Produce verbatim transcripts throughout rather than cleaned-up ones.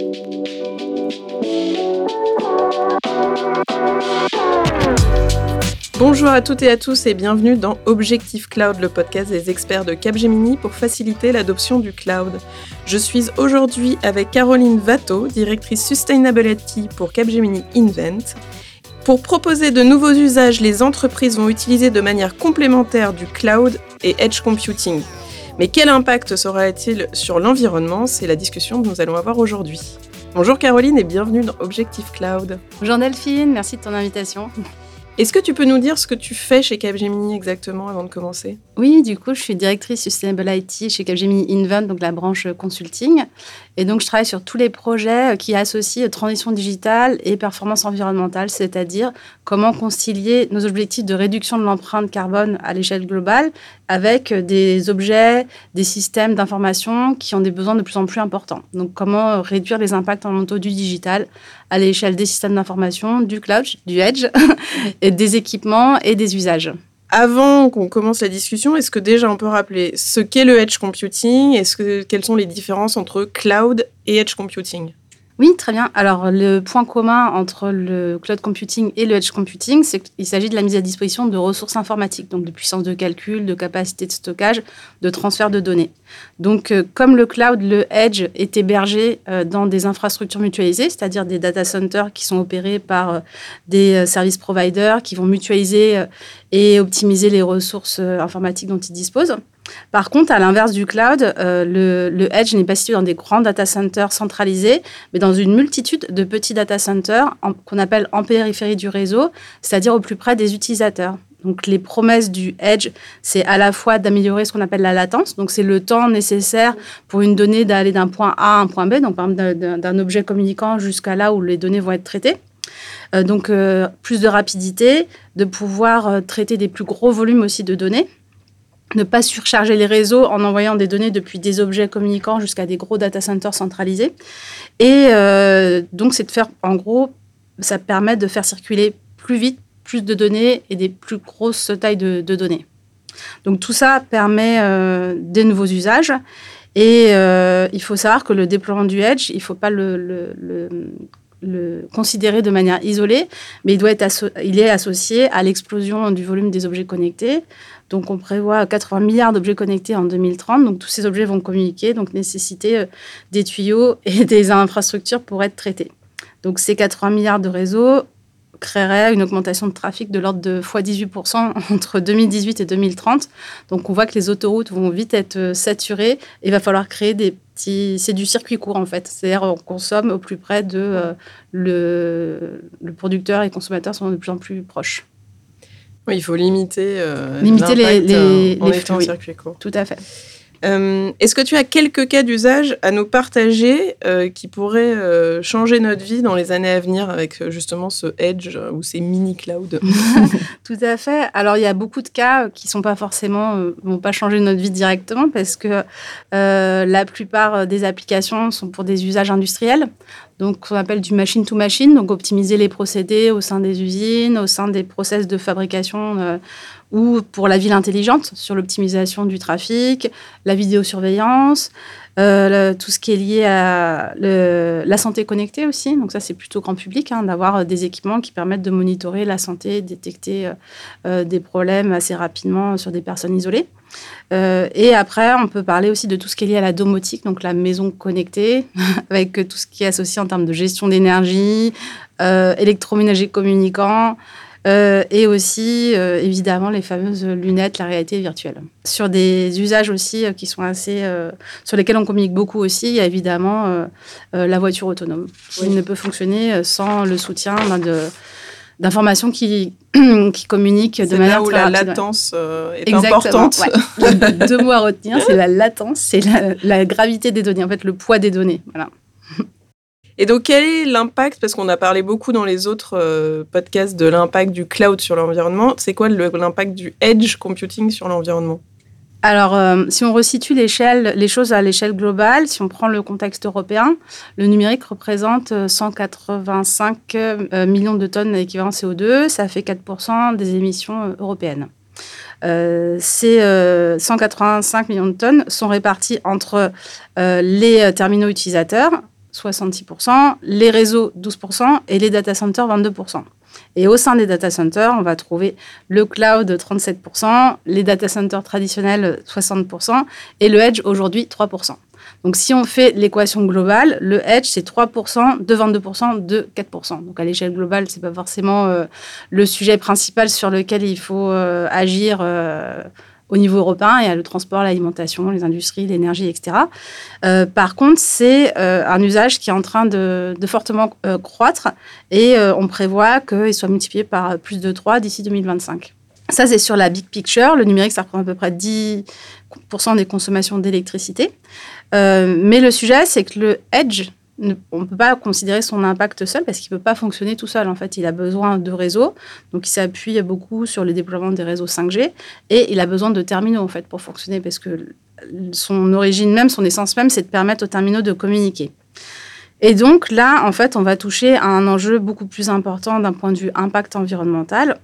Bonjour à toutes et à tous et bienvenue dans Objectif Cloud, le podcast des experts de Capgemini pour faciliter l'adoption du cloud. Je suis aujourd'hui avec Caroline Watteau, directrice Sustainability pour Capgemini Invent. Pour proposer de nouveaux usages, les entreprises vont utiliser de manière complémentaire du cloud et edge computing. Mais quel impact sera-t-il sur l'environnement ? C'est la discussion que nous allons avoir aujourd'hui. Bonjour Caroline et bienvenue dans Objectif Cloud. Bonjour Delphine, merci de ton invitation. Est-ce que tu peux nous dire ce que tu fais chez Capgemini exactement avant de commencer ? Oui, du coup, je suis directrice Sustainable I T chez Capgemini Invent, donc la branche consulting. Et donc, je travaille sur tous les projets qui associent transition digitale et performance environnementale, c'est-à-dire comment concilier nos objectifs de réduction de l'empreinte carbone à l'échelle globale avec des objets, des systèmes d'information qui ont des besoins de plus en plus importants. Donc, comment réduire les impacts environnementaux du digital à l'échelle des systèmes d'information, du cloud, du edge, et des équipements et des usages. Avant qu'on commence la discussion, est-ce que déjà on peut rappeler ce qu'est le edge computing ? Est-ce que, quelles sont les différences entre cloud et edge computing ? Oui, très bien. Alors, le point commun entre le cloud computing et le edge computing, c'est qu'il s'agit de la mise à disposition de ressources informatiques, donc de puissance de calcul, de capacité de stockage, de transfert de données. Donc, euh, comme le cloud, le edge est hébergé euh, dans des infrastructures mutualisées, c'est-à-dire des data centers qui sont opérés par euh, des euh, service providers qui vont mutualiser euh, et optimiser les ressources euh, informatiques dont ils disposent. Par contre, à l'inverse du cloud, euh, le, le edge n'est pas situé dans des grands data centers centralisés, mais dans une multitude de petits data centers en, qu'on appelle en périphérie du réseau, c'est-à-dire au plus près des utilisateurs. Donc, les promesses du edge, c'est à la fois d'améliorer ce qu'on appelle la latence. Donc, c'est le temps nécessaire pour une donnée d'aller d'un point A à un point B, donc par exemple d'un, d'un objet communicant jusqu'à là où les données vont être traitées. Euh, donc, euh, plus de rapidité, de pouvoir euh, traiter des plus gros volumes aussi de données. Ne pas surcharger les réseaux en envoyant des données depuis des objets communicants jusqu'à des gros data centers centralisés. Et euh, donc, c'est de faire, en gros, ça permet de faire circuler plus vite, plus de données et des plus grosses tailles de, de données. Donc, tout ça permet euh, des nouveaux usages. Et euh, il faut savoir que le déploiement du edge, il ne faut pas le, le, le, le considérer de manière isolée, mais il, doit être asso- il est associé à l'explosion du volume des objets connectés. Donc, on prévoit quatre-vingts milliards d'objets connectés en deux mille trente. Donc, tous ces objets vont communiquer, donc nécessiter euh, des tuyaux et des infrastructures pour être traités. Donc, ces quatre-vingts milliards de réseaux créeraient une augmentation de trafic de l'ordre de fois dix-huit pour cent entre deux mille dix-huit et deux mille trente. Donc, on voit que les autoroutes vont vite être saturées et il va falloir créer des petits... C'est du circuit court, en fait. C'est-à-dire on consomme au plus près de... Euh, le... le producteur et le consommateur sont de plus en plus proches. Oui, il faut limiter, euh, limiter les, les, euh, en les étant flux. circuit court. Tout à fait. Euh, est-ce que tu as quelques cas d'usage à nous partager euh, qui pourraient euh, changer notre vie dans les années à venir avec justement ce edge euh, ou ces mini-clouds ? Tout à fait. Alors, il y a beaucoup de cas qui ne sont pas forcément, euh, vont pas changer notre vie directement parce que euh, la plupart des applications sont pour des usages industriels. Donc, on appelle du machine to machine, donc optimiser les procédés au sein des usines, au sein des process de fabrication euh, ou pour la ville intelligente, sur l'optimisation du trafic, la vidéosurveillance, euh, le, tout ce qui est lié à le, la santé connectée aussi. Donc ça, c'est plutôt grand public, hein, d'avoir des équipements qui permettent de monitorer la santé, détecter euh, des problèmes assez rapidement sur des personnes isolées. Euh, et après, on peut parler aussi de tout ce qui est lié à la domotique, donc la maison connectée, avec tout ce qui est associé en termes de gestion d'énergie, euh, électroménager communicant, euh, et aussi, euh, évidemment, les fameuses lunettes, la réalité virtuelle. Sur des usages aussi euh, qui sont assez... Euh, sur lesquels on communique beaucoup aussi, il y a évidemment euh, euh, la voiture autonome, qui oui. ne peut fonctionner sans le soutien ben, de... d'informations qui, qui communiquent c'est de manière très très rapide. C'est là où la latence euh, est Exactement, importante. Ouais. Deux mots à retenir, c'est la latence, c'est la, la gravité des données, en fait, le poids des données. Voilà. Et donc, quel est l'impact, parce qu'on a parlé beaucoup dans les autres euh, podcasts de l'impact du cloud sur l'environnement, c'est quoi le, l'impact du edge computing sur l'environnement ? Alors, euh, si on resitue l'échelle, les choses à l'échelle globale, si on prend le contexte européen, le numérique représente cent quatre-vingt-cinq euh, millions de tonnes d'équivalent C O deux, ça fait quatre pour cent des émissions européennes. Euh, ces euh, cent quatre-vingt-cinq millions de tonnes sont réparties entre euh, les terminaux utilisateurs, soixante-six pour cent, les réseaux douze pour cent et les data centers vingt-deux pour cent. Et au sein des data centers, on va trouver le cloud trente-sept pour cent, les data centers traditionnels soixante pour cent et le edge aujourd'hui trois pour cent. Donc, si on fait l'équation globale, le edge, c'est trois pour cent de vingt-deux pour cent de quatre pour cent. Donc, à l'échelle globale, ce n'est pas forcément euh, le sujet principal sur lequel il faut euh, agir euh, au niveau européen. Il y a le transport, l'alimentation, les industries, l'énergie, et cetera. Euh, par contre, c'est euh, un usage qui est en train de, de fortement euh, croître et euh, on prévoit qu'il soit multiplié par plus de trois d'ici deux mille vingt-cinq. Ça, c'est sur la big picture. Le numérique, ça représente à peu près dix pour cent des consommations d'électricité. Euh, mais le sujet, c'est que le edge, on ne peut pas considérer son impact seul parce qu'il ne peut pas fonctionner tout seul. En fait, il a besoin de réseaux. Donc, il s'appuie beaucoup sur le déploiement des réseaux cinq G et il a besoin de terminaux en fait, pour fonctionner parce que son origine même, son essence même, c'est de permettre aux terminaux de communiquer. Et donc là, en fait, on va toucher à un enjeu beaucoup plus important d'un point de vue impact environnemental.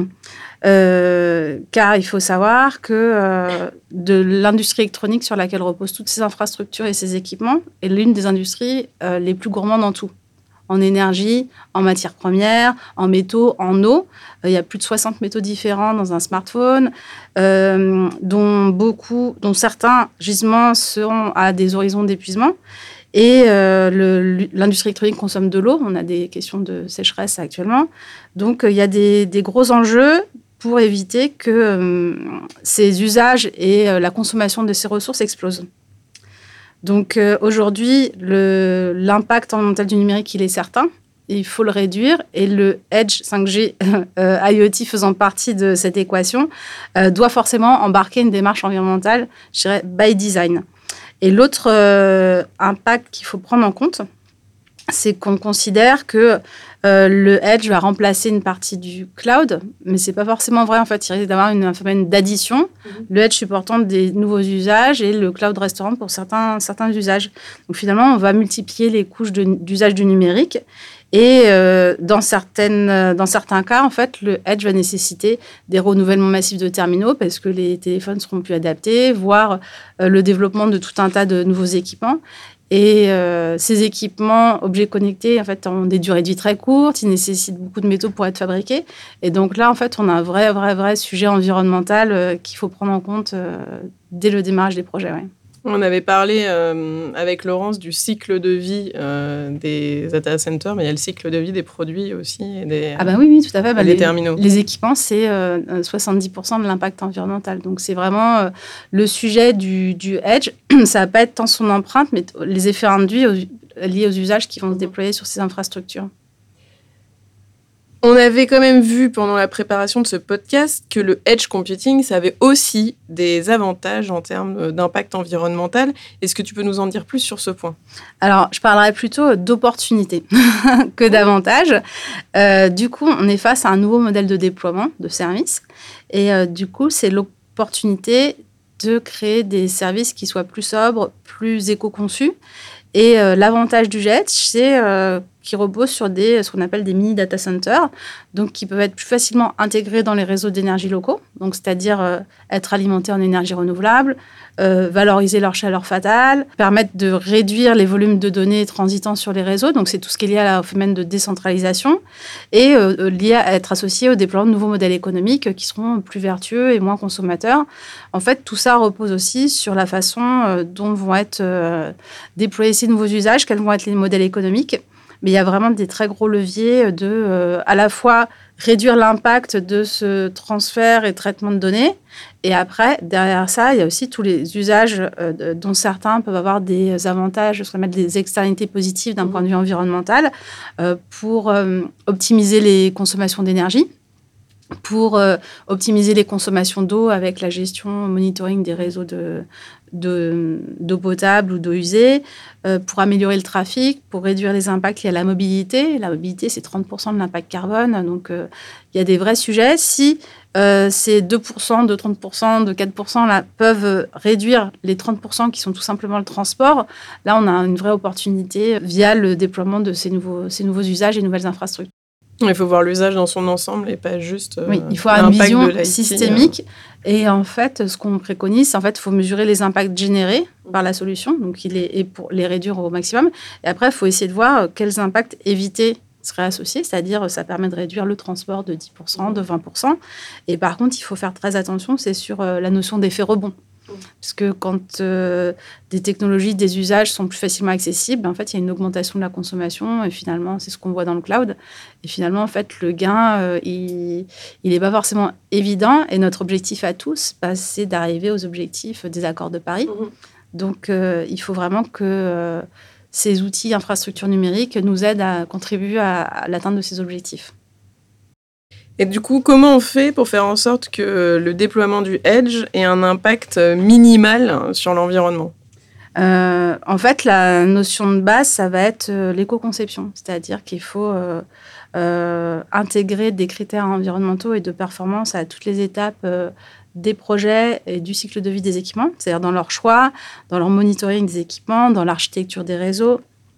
Euh, car il faut savoir que euh, de l'industrie électronique sur laquelle reposent toutes ces infrastructures et ces équipements est l'une des industries euh, les plus gourmandes en tout. En énergie, en matières premières, en métaux, en eau. Euh, il y a plus de soixante métaux différents dans un smartphone, euh, dont, beaucoup, dont certains gisements seront à des horizons d'épuisement. Et euh, le, l'industrie électronique consomme de l'eau. On a des questions de sécheresse actuellement. Donc, euh, il y a des, des gros enjeux pour éviter que euh, ces usages et euh, la consommation de ces ressources explosent. Donc, euh, aujourd'hui, le, l'impact environnemental du numérique, il est certain. Il faut le réduire. Et le Edge cinq G, euh, IoT faisant partie de cette équation, euh, doit forcément embarquer une démarche environnementale, je dirais, by design. Et l'autre euh, impact qu'il faut prendre en compte, c'est qu'on considère que euh, le edge va remplacer une partie du cloud, mais c'est pas forcément vrai en fait. Il risque d'avoir une, un phénomène d'addition. Mmh. Le edge supportant des nouveaux usages et le cloud restaurant pour certains, certains usages. Donc finalement, on va multiplier les couches de, d'usage du numérique. Et euh, dans, certaines, dans certains cas, en fait, le edge va nécessiter des renouvellements massifs de terminaux parce que les téléphones seront plus adaptés, voire euh, le développement de tout un tas de nouveaux équipements. Et euh, ces équipements, objets connectés, en fait, ont des durées de vie très courtes, ils nécessitent beaucoup de métaux pour être fabriqués. Et donc là, en fait, on a un vrai, vrai, vrai sujet environnemental euh, qu'il faut prendre en compte euh, dès le démarrage des projets. Ouais. On avait parlé euh, avec Laurence du cycle de vie euh, des data centers, mais il y a le cycle de vie des produits aussi. Et des, ah bah oui, oui, tout à fait. Bah, les les terminaux. Les équipements, c'est euh, soixante-dix pour cent de l'impact environnemental. Donc, c'est vraiment euh, le sujet du, du edge. Ça ne va pas être tant son empreinte, mais t- les effets induits aux, liés aux usages qui vont se déployer sur ces infrastructures. On avait quand même vu pendant la préparation de ce podcast que le edge computing, ça avait aussi des avantages en termes d'impact environnemental. Est-ce que tu peux nous en dire plus sur ce point ? Alors, je parlerai plutôt d'opportunités que d'avantages. Euh, du coup, on est face à un nouveau modèle de déploiement de services. Et euh, du coup, c'est l'opportunité de créer des services qui soient plus sobres, plus éco-conçus. Et euh, l'avantage du edge, c'est euh, qui repose sur des, ce qu'on appelle des mini data centers, donc qui peuvent être plus facilement intégrés dans les réseaux d'énergie locaux, donc c'est-à-dire euh, être alimentés en énergie renouvelable, euh, valoriser leur chaleur fatale, permettre de réduire les volumes de données transitant sur les réseaux, donc c'est tout ce qui est lié à la phénomène de décentralisation, et euh, lié à être associé au déploiement de nouveaux modèles économiques qui seront plus vertueux et moins consommateurs. En fait, tout ça repose aussi sur la façon euh, dont vont être euh, déployés ces nouveaux usages, quels vont être les modèles économiques. Mais il y a vraiment des très gros leviers de, euh, à la fois, réduire l'impact de ce transfert et traitement de données. Et après, derrière ça, il y a aussi tous les usages euh, dont certains peuvent avoir des avantages, ce qu'on appelle des externalités positives d'un mmh. point de vue environnemental, euh, pour euh, optimiser les consommations d'énergie, pour euh, optimiser les consommations d'eau avec la gestion, monitoring des réseaux de, de, d'eau potable ou d'eau usée, euh, pour améliorer le trafic, pour réduire les impacts liés à la mobilité. La mobilité, c'est trente pour cent de l'impact carbone. Donc, il euh, y a des vrais sujets. Si euh, ces deux pour cent, de trente pour cent, de quatre pour cent là, peuvent réduire les trente pour cent qui sont tout simplement le transport, là, on a une vraie opportunité via le déploiement de ces nouveaux, ces nouveaux usages et nouvelles infrastructures. Il faut voir l'usage dans son ensemble et pas juste euh, oui, il faut avoir une vision systémique. Et en fait, ce qu'on préconise, c'est en fait, il faut mesurer les impacts générés par la solution, donc il est, et pour les réduire au maximum. Et après, il faut essayer de voir quels impacts évités seraient associés, c'est-à-dire ça permet de réduire le transport de dix pour cent, de vingt pour cent. Et par contre, il faut faire très attention, c'est sur euh, la notion d'effet rebond. Parce que quand euh, des technologies, des usages sont plus facilement accessibles, en fait, il y a une augmentation de la consommation et finalement, c'est ce qu'on voit dans le cloud. Et finalement, en fait, le gain, euh, il n'est pas forcément évident. Et notre objectif à tous, bah, c'est d'arriver aux objectifs des accords de Paris. Mmh. Donc, euh, il faut vraiment que euh, ces outils, infrastructures numériques, nous aident à contribuer à, à l'atteinte de ces objectifs. Et du coup, comment on fait pour faire en sorte que le déploiement du Edge ait un impact minimal sur l'environnement ? euh, En fait, la notion de base, ça va être euh, l'éco-conception. C'est-à-dire qu'il faut euh, euh, intégrer des critères environnementaux et de performance à toutes les étapes euh, des projets et du cycle de vie des équipements. C'est-à-dire dans leur choix, dans leur monitoring des équipements, dans l'architecture des réseaux.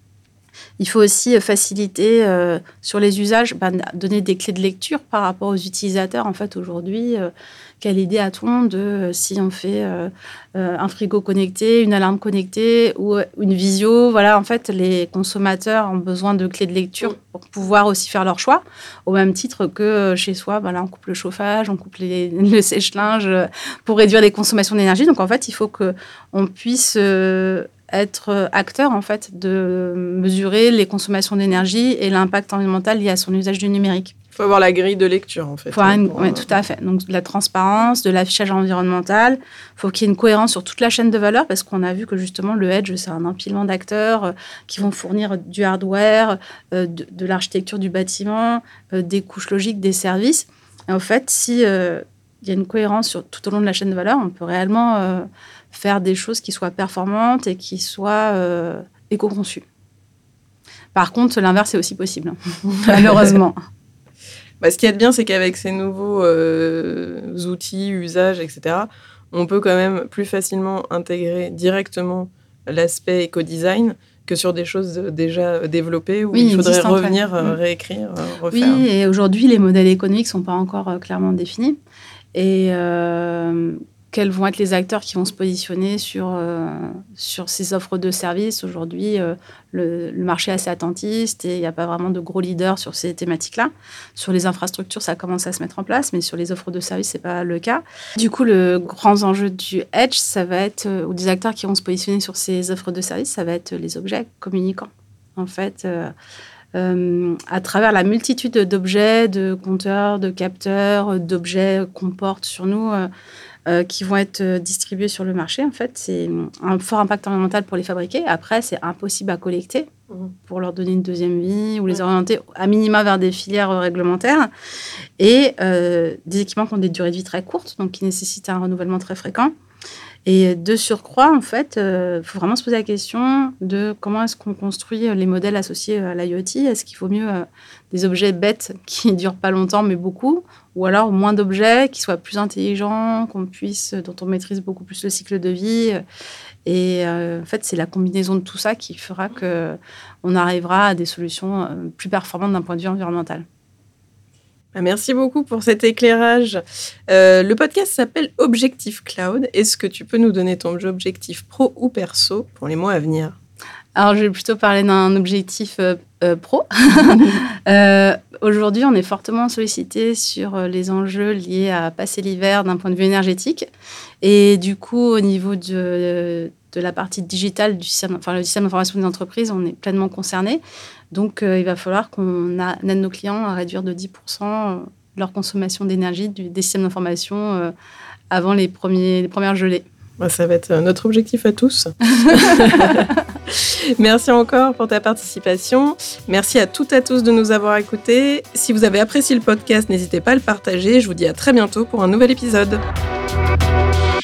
Il faut aussi faciliter euh, sur les usages, bah, donner des clés de lecture par rapport aux utilisateurs. En fait, aujourd'hui, euh, quelle idée a-t-on de euh, si on fait euh, euh, un frigo connecté, une alarme connectée ou une visio. Voilà, en fait, les consommateurs ont besoin de clés de lecture pour pouvoir aussi faire leur choix. Au même titre que euh, chez soi, bah, là, on coupe le chauffage, on coupe les, le sèche-linge pour réduire les consommations d'énergie. Donc, en fait, il faut qu'on puisse... Euh, être acteur, en fait, de mesurer les consommations d'énergie et l'impact environnemental lié à son usage du numérique. Il faut avoir la grille de lecture, en fait. Faut une, pour... Oui, tout à fait. Donc, de la transparence, de l'affichage environnemental. Il faut qu'il y ait une cohérence sur toute la chaîne de valeur parce qu'on a vu que, justement, le Edge, c'est un empilement d'acteurs euh, qui vont fournir du hardware, euh, de, de l'architecture du bâtiment, euh, des couches logiques, des services. Et en fait, si euh, il y a une cohérence sur, tout au long de la chaîne de valeur, on peut réellement... Euh, faire des choses qui soient performantes et qui soient euh, éco-conçues. Par contre, l'inverse est aussi possible, hein, malheureusement. Bah, ce qu'il y a de bien, c'est qu'avec ces nouveaux euh, outils, usages, et cetera, on peut quand même plus facilement intégrer directement l'aspect éco-design que sur des choses déjà développées où oui, il faudrait revenir, euh, réécrire, euh, refaire. Oui, et aujourd'hui, les modèles économiques ne sont pas encore euh, clairement définis. Et... Euh, quels vont être les acteurs qui vont se positionner sur, euh, sur ces offres de services. Aujourd'hui, euh, le, le marché est assez attentiste et il n'y a pas vraiment de gros leaders sur ces thématiques-là. Sur les infrastructures, ça commence à se mettre en place, mais sur les offres de services, ce n'est pas le cas. Du coup, le grand enjeu du Edge, ça va être, euh, ou des acteurs qui vont se positionner sur ces offres de services, ça va être les objets communicants. En fait... Euh, Euh, à travers la multitude d'objets, de compteurs, de capteurs, d'objets qu'on porte sur nous, euh, euh, qui vont être distribués sur le marché. En fait, c'est un fort impact environnemental pour les fabriquer. Après, c'est impossible à collecter pour leur donner une deuxième vie ou les orienter à minima vers des filières réglementaires. Et euh, des équipements qui ont des durées de vie très courtes, donc qui nécessitent un renouvellement très fréquent. Et de surcroît, en fait, il euh, faut vraiment se poser la question de comment est-ce qu'on construit les modèles associés à l'IoT. Est-ce qu'il vaut mieux euh, des objets bêtes qui ne durent pas longtemps, mais beaucoup, ou alors moins d'objets qui soient plus intelligents, qu'on puisse, dont on maîtrise beaucoup plus le cycle de vie. Et euh, en fait, c'est la combinaison de tout ça qui fera qu'on arrivera à des solutions euh, plus performantes d'un point de vue environnemental. Merci beaucoup pour cet éclairage. Euh, le podcast s'appelle Objectif Cloud. Est-ce que tu peux nous donner ton objectif pro ou perso pour les mois à venir ? Alors, je vais plutôt parler d'un objectif euh, euh, pro. euh, aujourd'hui, on est fortement sollicité sur les enjeux liés à passer l'hiver d'un point de vue énergétique. Et du coup, au niveau de, de la partie digitale du système, enfin, le système d'information des entreprises, on est pleinement concerné. Donc, euh, il va falloir qu'on aide nos clients à réduire de dix pour cent leur consommation d'énergie du, des systèmes d'information euh, avant les, premiers, les premières gelées. Ça va être notre objectif à tous. Merci encore pour ta participation. Merci à toutes et à tous de nous avoir écoutés. Si vous avez apprécié le podcast, n'hésitez pas à le partager. Je vous dis à très bientôt pour un nouvel épisode.